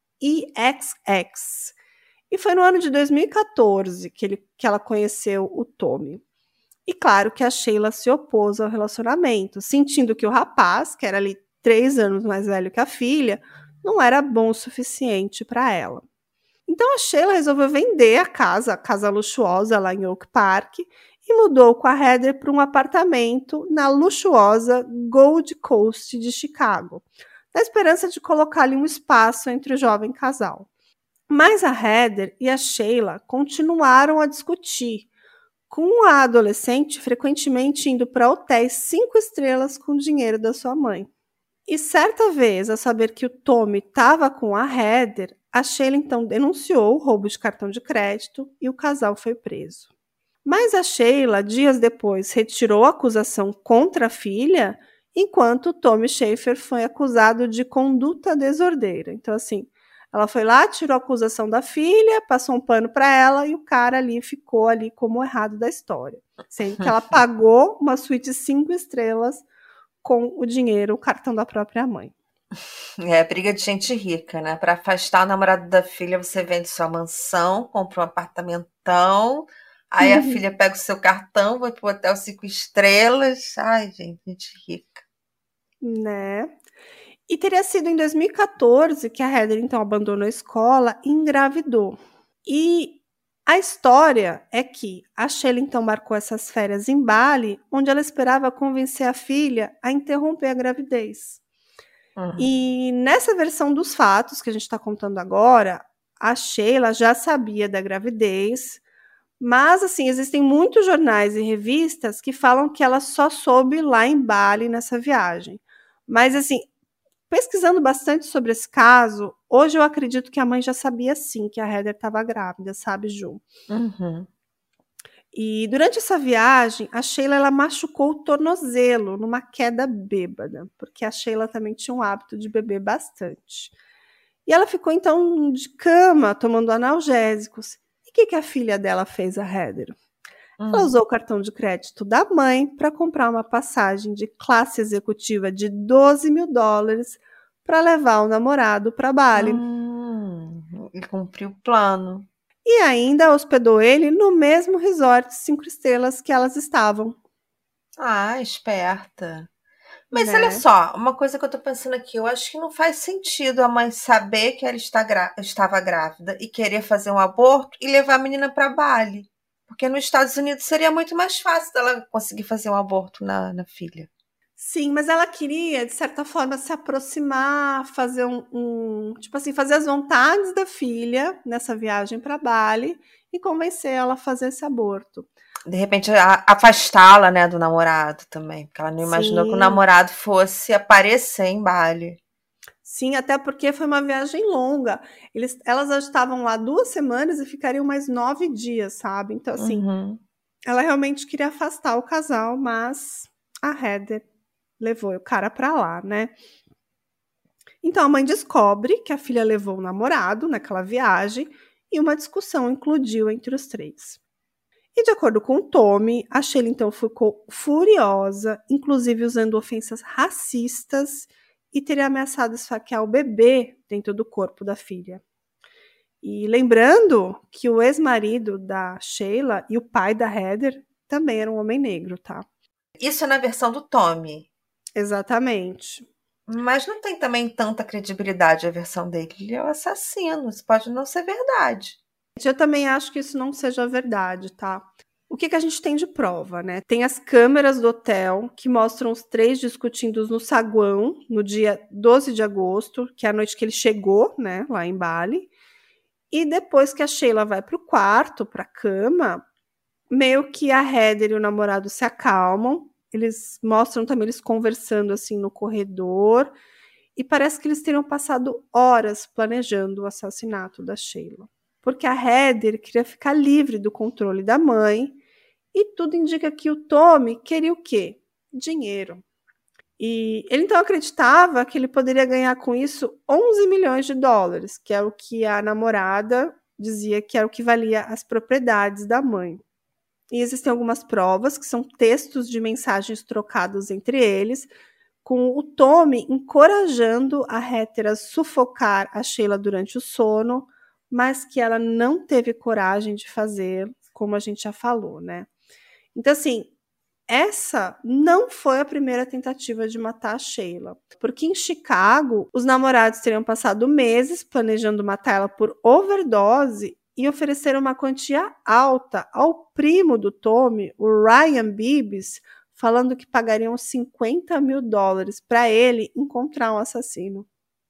E X X. E foi no ano de dois mil e quatorze que, ele, que ela conheceu o Tommy. E claro que a Sheila se opôs ao relacionamento, sentindo que o rapaz, que era ali três anos mais velho que a filha, não era bom o suficiente para ela. Então a Sheila resolveu vender a casa, a casa luxuosa lá em Oak Park, e mudou com a Heather para um apartamento na luxuosa Gold Coast de Chicago, na esperança de colocar ali um espaço entre o jovem casal. Mas a Heather e a Sheila continuaram a discutir, com a adolescente frequentemente indo para hotéis cinco estrelas com o dinheiro da sua mãe. E certa vez, ao saber que o Tommy estava com a Heather, a Sheila então denunciou o roubo de cartão de crédito e o casal foi preso. Mas a Sheila, dias depois, retirou a acusação contra a filha, enquanto o Tommy Schaefer foi acusado de conduta desordeira. Então, assim, ela foi lá, tirou a acusação da filha, passou um pano para ela e o cara ali ficou ali como errado da história. Sendo que ela pagou uma suíte cinco estrelas com o dinheiro, o cartão da própria mãe. É briga de gente rica, né? Para afastar o namorado da filha, você vende sua mansão, compra um apartamentão, aí a filha pega o seu cartão, vai pro hotel cinco estrelas. Ai, gente, gente rica. Né? E teria sido em dois mil e quatorze que a Heather, então, abandonou a escola e engravidou. E a história é que a Sheila, então, marcou essas férias em Bali, onde ela esperava convencer a filha a interromper a gravidez. Uhum. E nessa versão dos fatos que a gente está contando agora, a Sheila já sabia da gravidez, mas, assim, existem muitos jornais e revistas que falam que ela só soube lá em Bali nessa viagem. Mas, assim, pesquisando bastante sobre esse caso, hoje eu acredito que a mãe já sabia sim que a Heather estava grávida, sabe, Ju? Uhum. E durante essa viagem, a Sheila ela machucou o tornozelo numa queda bêbada, porque a Sheila também tinha um hábito de beber bastante. E ela ficou então de cama, tomando analgésicos. E o que, que a filha dela fez, a Heather? Uhum. Ela usou o cartão de crédito da mãe para comprar uma passagem de classe executiva de doze mil dólares para levar o namorado para Bali. Hum, e cumpriu o plano. E ainda hospedou ele no mesmo resort cinco estrelas que elas estavam. Ah, esperta. Mas né? Olha só, uma coisa que eu tô pensando aqui, eu acho que não faz sentido a mãe saber que ela está grá- estava grávida e querer fazer um aborto e levar a menina para Bali. Porque nos Estados Unidos seria muito mais fácil dela conseguir fazer um aborto na, na filha. Sim, mas ela queria, de certa forma, se aproximar, fazer um, um tipo assim, fazer as vontades da filha nessa viagem para Bali e convencer ela a fazer esse aborto. De repente, a, afastá-la, né, do namorado também, porque ela não Sim. imaginou que o namorado fosse aparecer em Bali. Sim, até porque foi uma viagem longa. Eles, elas já estavam lá duas semanas e ficariam mais nove dias, sabe? Então, assim, uhum. ela realmente queria afastar o casal, mas a Heather levou o cara pra lá, né? Então, a mãe descobre que a filha levou o namorado naquela viagem e uma discussão eclodiu entre os três. E, de acordo com o Tommy, a Sheila, então, ficou furiosa, inclusive usando ofensas racistas e teria ameaçado esfaquear o bebê dentro do corpo da filha. E lembrando que o ex-marido da Sheila e o pai da Heather também eram um homem negro, tá? Isso é na versão do Tommy. Exatamente. Mas não tem também tanta credibilidade a versão dele. Ele é o assassino, isso pode não ser verdade. Eu também acho que isso não seja verdade, tá? O que, que a gente tem de prova, né? Tem as câmeras do hotel que mostram os três discutindo no saguão no dia doze de agosto, que é a noite que ele chegou, né, lá em Bali. E depois que a Sheila vai pro quarto, pra cama, meio que a Heather e o namorado se acalmam. Eles mostram também eles conversando assim no corredor. E parece que eles teriam passado horas planejando o assassinato da Sheila. Porque a Heather queria ficar livre do controle da mãe e tudo indica que o Tommy queria o quê? Dinheiro. E ele então acreditava que ele poderia ganhar com isso onze milhões de dólares, que é o que a namorada dizia que era o que valia as propriedades da mãe. E existem algumas provas, que são textos de mensagens trocados entre eles, com o Tommy encorajando a Heather a sufocar a Sheila durante o sono, mas que ela não teve coragem de fazer, como a gente já falou, né? Então, assim, essa não foi a primeira tentativa de matar a Sheila, porque em Chicago, os namorados teriam passado meses planejando matar ela por overdose e ofereceram uma quantia alta ao primo do Tommy, o Ryan Bibbs, falando que pagariam cinquenta mil dólares para ele encontrar um assassino.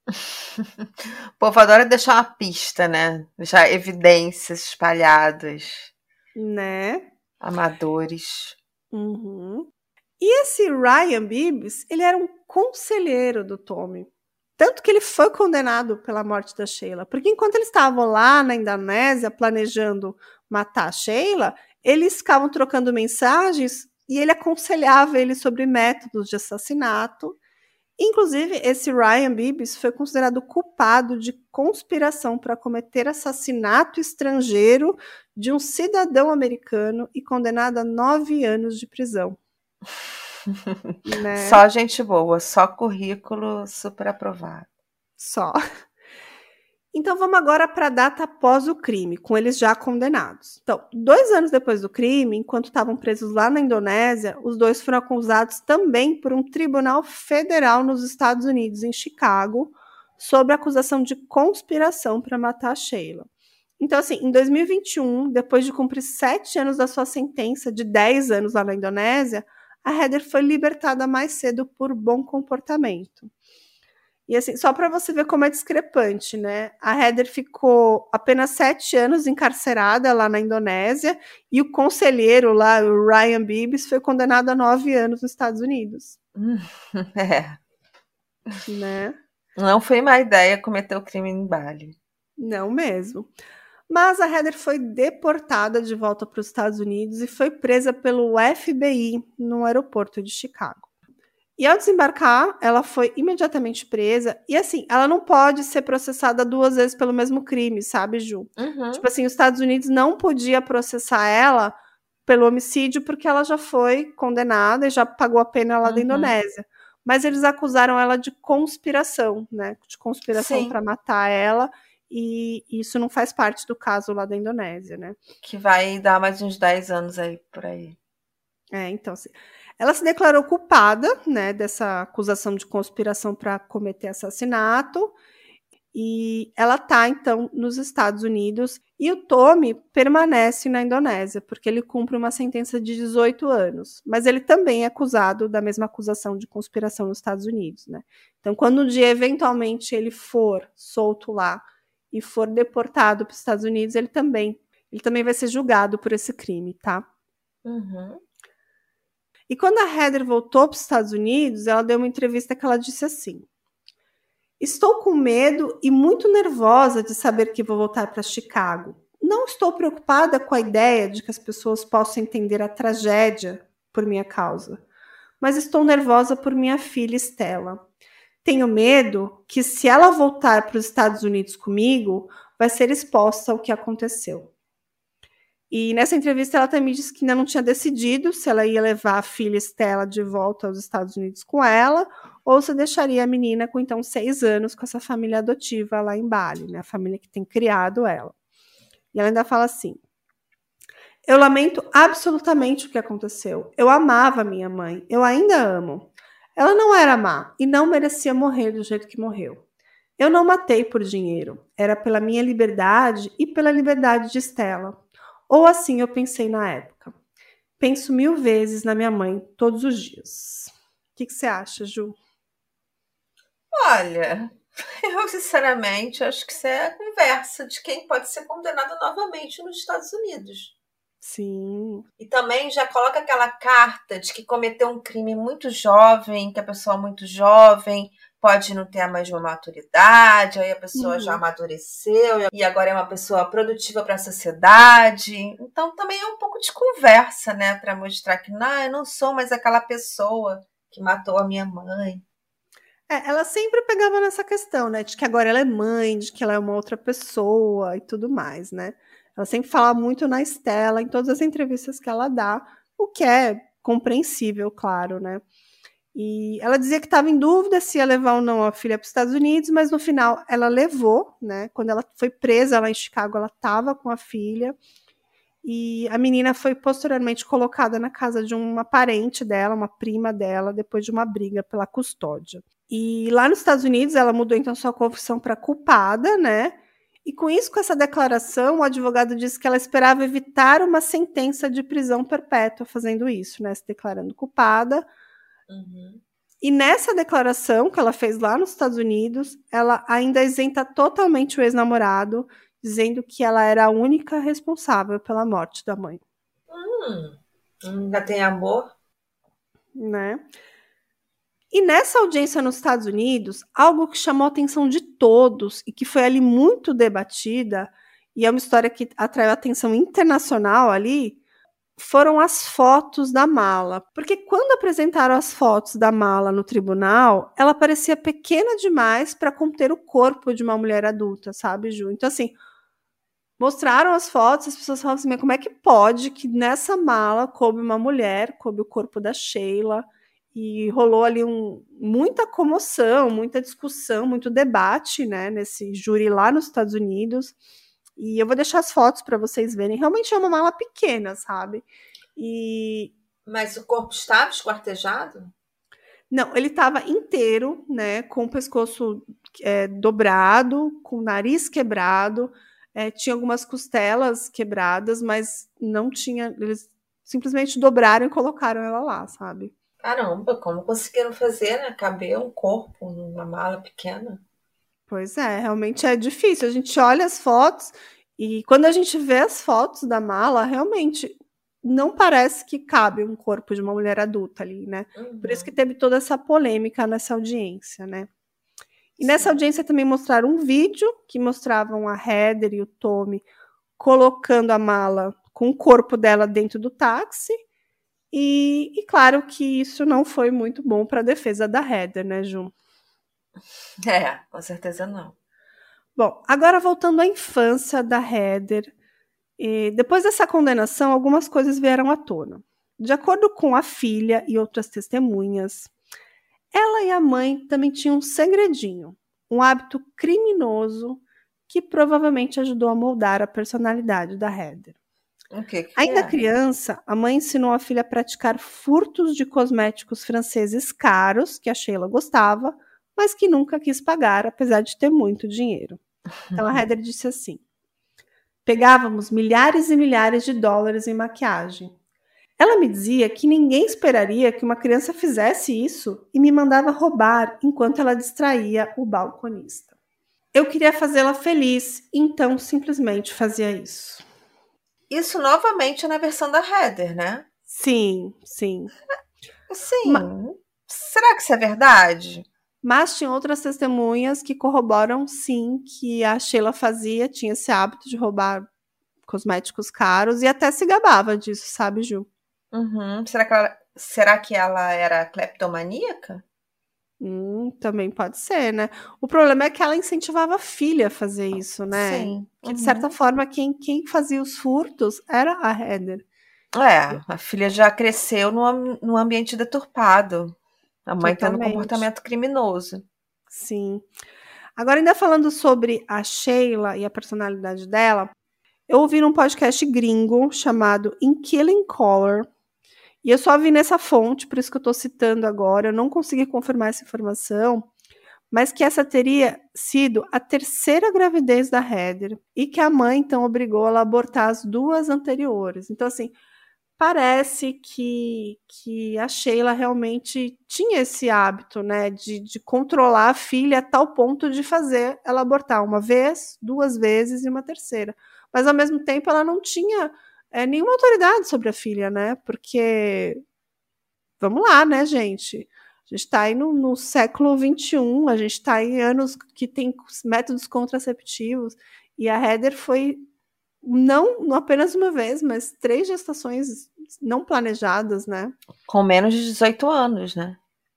O povo adora deixar uma pista, né? Deixar evidências espalhadas. Né? Amadores. Uhum. E esse Ryan Bibbs, ele era um conselheiro do Tommy. Tanto que ele foi condenado pela morte da Sheila. Porque enquanto eles estavam lá na Indonésia planejando matar a Sheila, eles ficavam trocando mensagens e ele aconselhava ele sobre métodos de assassinato. Inclusive, esse Ryan Bibbs foi considerado culpado de conspiração para cometer assassinato estrangeiro de um cidadão americano e condenado a nove anos de prisão. Né? Só gente boa, só currículo super aprovado. Só. Então vamos agora para a data após o crime, com eles já condenados. Então, dois anos depois do crime, enquanto estavam presos lá na Indonésia, os dois foram acusados também por um tribunal federal nos Estados Unidos, em Chicago, sob a acusação de conspiração para matar a Sheila. Então, assim, em dois mil e vinte e um, depois de cumprir sete anos da sua sentença de dez anos lá na Indonésia, a Heather foi libertada mais cedo por bom comportamento. E assim, só para você ver como é discrepante, né? A Heather ficou apenas sete anos encarcerada lá na Indonésia e o conselheiro lá, o Ryan Bibbs, foi condenado a nove anos nos Estados Unidos. É. Né? Não foi má ideia cometer o crime em Bali. Não mesmo. Mas a Heather foi deportada de volta para os Estados Unidos e foi presa pelo F B I no aeroporto de Chicago. E ao desembarcar, ela foi imediatamente presa. E assim, ela não pode ser processada duas vezes pelo mesmo crime, sabe, Ju? Uhum. Tipo assim, os Estados Unidos não podia processar ela pelo homicídio porque ela já foi condenada e já pagou a pena lá Uhum. da Indonésia. Mas eles acusaram ela de conspiração, né? De conspiração para matar ela. E isso não faz parte do caso lá da Indonésia, né? Que vai dar mais uns dez anos aí por aí. É, então, assim, ela se declarou culpada, né, dessa acusação de conspiração para cometer assassinato, e ela tá, então, nos Estados Unidos, e o Tommy permanece na Indonésia, porque ele cumpre uma sentença de dezoito anos, mas ele também é acusado da mesma acusação de conspiração nos Estados Unidos, né? Então, quando um dia, eventualmente, ele for solto lá e for deportado para os Estados Unidos, ele também, ele também vai ser julgado por esse crime, tá? Uhum. E quando a Heather voltou para os Estados Unidos, ela deu uma entrevista que ela disse assim: estou com medo e muito nervosa de saber que vou voltar para Chicago. Não estou preocupada com a ideia de que as pessoas possam entender a tragédia por minha causa, mas estou nervosa por minha filha Stella. Tenho medo que, se ela voltar para os Estados Unidos comigo, vai ser exposta ao que aconteceu. E nessa entrevista ela também disse que ainda não tinha decidido se ela ia levar a filha Stella de volta aos Estados Unidos com ela ou se deixaria a menina com então seis anos com essa família adotiva lá em Bali, né? A família que tem criado ela. E ela ainda fala assim: eu lamento absolutamente o que aconteceu. Eu amava minha mãe, eu ainda amo. Ela não era má e não merecia morrer do jeito que morreu. Eu não matei por dinheiro, era pela minha liberdade e pela liberdade de Stella. Ou assim eu pensei na época. Penso mil vezes na minha mãe todos os dias. O que, que você acha, Ju? Olha, eu sinceramente acho que isso é a conversa de quem pode ser condenado novamente nos Estados Unidos. Sim. E também já coloca aquela carta de que cometeu um crime muito jovem, que a pessoa muito jovem pode não ter a mesma maturidade, aí a pessoa uhum. já amadureceu e agora é uma pessoa produtiva para a sociedade. Então também é um pouco de conversa, né, para mostrar que não, eu não sou mais aquela pessoa que matou a minha mãe. É, ela sempre pegava nessa questão, né, de que agora ela é mãe, de que ela é uma outra pessoa e tudo mais, né? Ela sempre fala muito na Stella, em todas as entrevistas que ela dá, o que é compreensível, claro, né? E ela dizia que estava em dúvida se ia levar ou não a filha para os Estados Unidos, mas no final ela levou, né? Quando ela foi presa lá em Chicago, ela estava com a filha. E a menina foi posteriormente colocada na casa de uma parente dela, uma prima dela, depois de uma briga pela custódia. E lá nos Estados Unidos ela mudou então sua confissão para culpada, né? E com isso, com essa declaração, o advogado disse que ela esperava evitar uma sentença de prisão perpétua fazendo isso, né? Se declarando culpada. Uhum. E nessa declaração que ela fez lá nos Estados Unidos, ela ainda isenta totalmente o ex-namorado, dizendo que ela era a única responsável pela morte da mãe. Hum, ainda tem amor? Né? E nessa audiência nos Estados Unidos, algo que chamou a atenção de todos e que foi ali muito debatida, e é uma história que atraiu a atenção internacional ali, foram as fotos da mala. Porque quando apresentaram as fotos da mala no tribunal, ela parecia pequena demais para conter o corpo de uma mulher adulta, sabe, Ju? Então, assim, mostraram as fotos, as pessoas falavam assim, mas como é que pode que nessa mala coube uma mulher, coube o corpo da Sheila? e rolou ali um, muita comoção, muita discussão, muito debate, né, nesse júri lá nos Estados Unidos. E eu vou deixar as fotos para vocês verem. Realmente é uma mala pequena, sabe? E... Mas o corpo estava esquartejado? Não, ele estava inteiro, né? Com o pescoço é, dobrado, com o nariz quebrado. É, tinha algumas costelas quebradas, mas não tinha... Eles simplesmente dobraram e colocaram ela lá, sabe? Caramba, como conseguiram fazer, né? Caber um corpo numa mala pequena? Pois é, realmente é difícil. A gente olha as fotos e quando a gente vê as fotos da mala, realmente não parece que cabe um corpo de uma mulher adulta ali, né? Uhum. Por isso que teve toda essa polêmica nessa audiência, né? E nessa Sim. audiência também mostraram um vídeo que mostravam a Heather e o Tommy colocando a mala com o corpo dela dentro do táxi. E, e claro que isso não foi muito bom para a defesa da Heather, né, Ju? É, com certeza não. Bom, agora voltando à infância da Heather, e depois dessa condenação, algumas coisas vieram à tona. De acordo com a filha e outras testemunhas, ela e a mãe também tinham um segredinho, um hábito criminoso que provavelmente ajudou a moldar a personalidade da Heather. O que que Ainda é? criança, a mãe ensinou a filha a praticar furtos de cosméticos franceses caros, que a Sheila gostava, mas que nunca quis pagar, apesar de ter muito dinheiro. Então a Heather disse assim: pegávamos milhares e milhares de dólares em maquiagem. Ela me dizia que ninguém esperaria que uma criança fizesse isso e me mandava roubar enquanto ela distraía o balconista. Eu queria fazê-la feliz, então simplesmente fazia isso. Isso novamente na versão da Heather, né? Sim, sim. Sim. Ma- será que isso é verdade? Mas tinha outras testemunhas que corroboram, sim, que a Sheila fazia, tinha esse hábito de roubar cosméticos caros e até se gabava disso, sabe, Ju? Uhum. Será que ela, será que ela era cleptomaníaca? Hum, também pode ser, né? O problema é que ela incentivava a filha a fazer isso, né? Sim. Que, de certa uhum. forma, quem, quem fazia os furtos era a Heather. É, a filha já cresceu num, num ambiente deturpado. A mãe tendo um Totalmente. comportamento criminoso. Sim. Agora, ainda falando sobre a Sheila e a personalidade dela, eu ouvi num podcast gringo chamado In Killing Color, e eu só vi nessa fonte, por isso que eu estou citando agora, eu não consegui confirmar essa informação, mas que essa teria sido a terceira gravidez da Heather, e que a mãe, então, obrigou ela a abortar as duas anteriores. Então, assim, parece que, que a Sheila realmente tinha esse hábito, né, de, de controlar a filha a tal ponto de fazer ela abortar uma vez, duas vezes e uma terceira. Mas, ao mesmo tempo, ela não tinha é, nenhuma autoridade sobre a filha, né, porque, vamos lá, né, gente? A gente está aí no, no século vinte e um, a gente está em anos que tem métodos contraceptivos, e a Heather foi não, não apenas uma vez, mas três gestações não planejadas, né? Com menos de dezoito anos, né?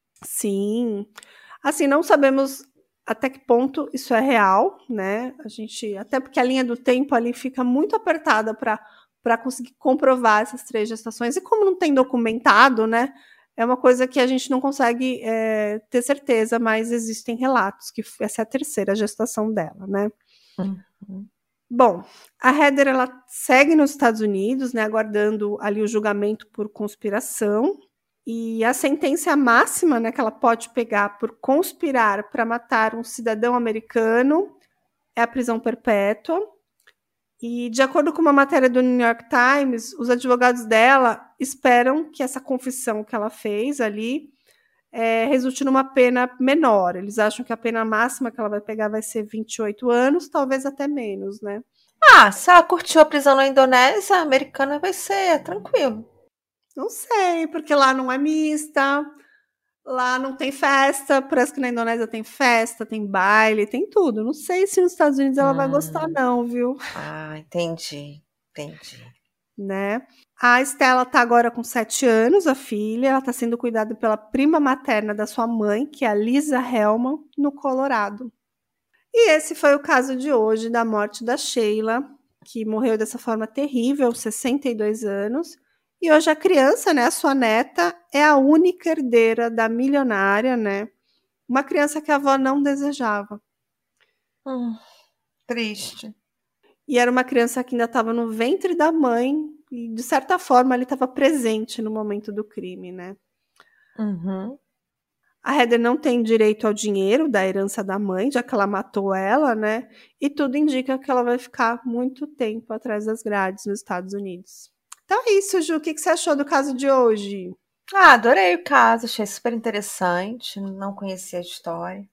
Sim. Assim, não sabemos até que ponto isso é real, né? A gente, até porque a linha do tempo ali fica muito apertada para para conseguir comprovar essas três gestações. E como não tem documentado, né? É uma coisa que a gente não consegue é, ter certeza, mas existem relatos que essa é a terceira gestação dela, né? Uhum. Bom, a Heather ela segue nos Estados Unidos, né, aguardando ali o julgamento por conspiração, e a sentença máxima, né, que ela pode pegar por conspirar para matar um cidadão americano é a prisão perpétua. E de acordo com uma matéria do New York Times, os advogados dela esperam que essa confissão que ela fez ali é, resulte numa pena menor. Eles acham que a pena máxima que ela vai pegar vai ser vinte e oito anos, talvez até menos, né? Ah, se ela curtiu a prisão na Indonésia, a americana vai ser tranquilo. Não sei, porque lá não é mista, lá não tem festa, parece que na Indonésia tem festa, tem baile, tem tudo. Não sei se nos Estados Unidos ela hum. vai gostar não, viu? Ah, entendi, entendi. Né? A Estela tá agora com sete anos, a filha, ela tá sendo cuidada pela prima materna da sua mãe, que é a Lisa Hellman, no Colorado. E esse foi o caso de hoje da morte da Sheila, que morreu dessa forma terrível, aos sessenta e dois anos, E hoje a criança, né, a sua neta, é a única herdeira da milionária, né? Uma criança que a avó não desejava. Hum, triste. E era uma criança que ainda estava no ventre da mãe e, de certa forma, ele estava presente no momento do crime, né? Uhum. A Heather não tem direito ao dinheiro da herança da mãe, já que ela matou ela, né? E tudo indica que ela vai ficar muito tempo atrás das grades nos Estados Unidos. Então é isso, Ju. O que você achou do caso de hoje? Ah, adorei o caso, achei super interessante, não conhecia a história.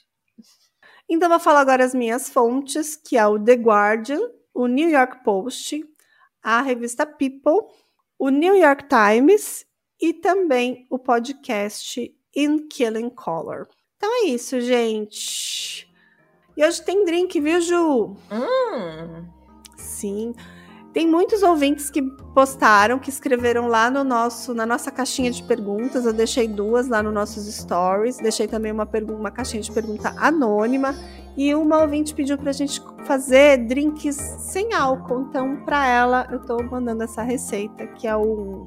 Então vou falar agora as minhas fontes, que é o The Guardian, o New York Post, a revista People, o New York Times e também o podcast In Killing Color. Então é isso, gente. E hoje tem drink, viu, Ju? Hum. Sim. Tem muitos ouvintes que postaram, que escreveram lá no nosso, na nossa caixinha de perguntas. Eu deixei duas lá nos nossos stories. Deixei também uma, uma caixinha de pergunta anônima. E uma ouvinte pediu pra gente fazer drinks sem álcool. Então, pra ela, eu tô mandando essa receita, que é o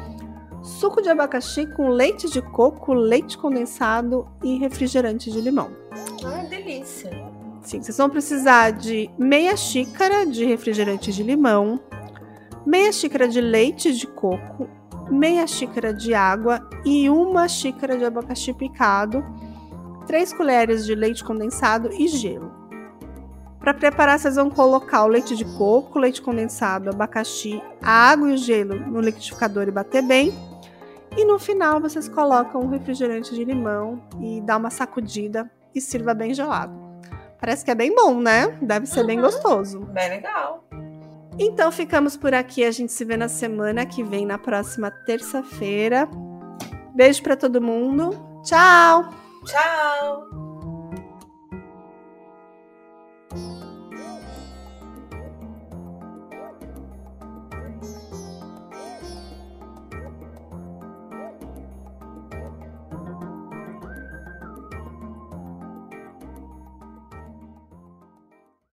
suco de abacaxi com leite de coco, leite condensado e refrigerante de limão. Ah, delícia. Sim, vocês vão precisar de meia xícara de refrigerante de limão, meia xícara de leite de coco, meia xícara de água e uma xícara de abacaxi picado, três colheres de leite condensado e gelo. Para preparar, vocês vão colocar o leite de coco, leite condensado, abacaxi, a água e o gelo no liquidificador e bater bem. E no final, vocês colocam o refrigerante de limão e dá uma sacudida e sirva bem gelado. Parece que é bem bom, né? Deve ser uhum. bem gostoso. Bem legal. Então, ficamos por aqui. A gente se vê na semana que vem, na próxima terça-feira. Beijo para todo mundo. Tchau! Tchau!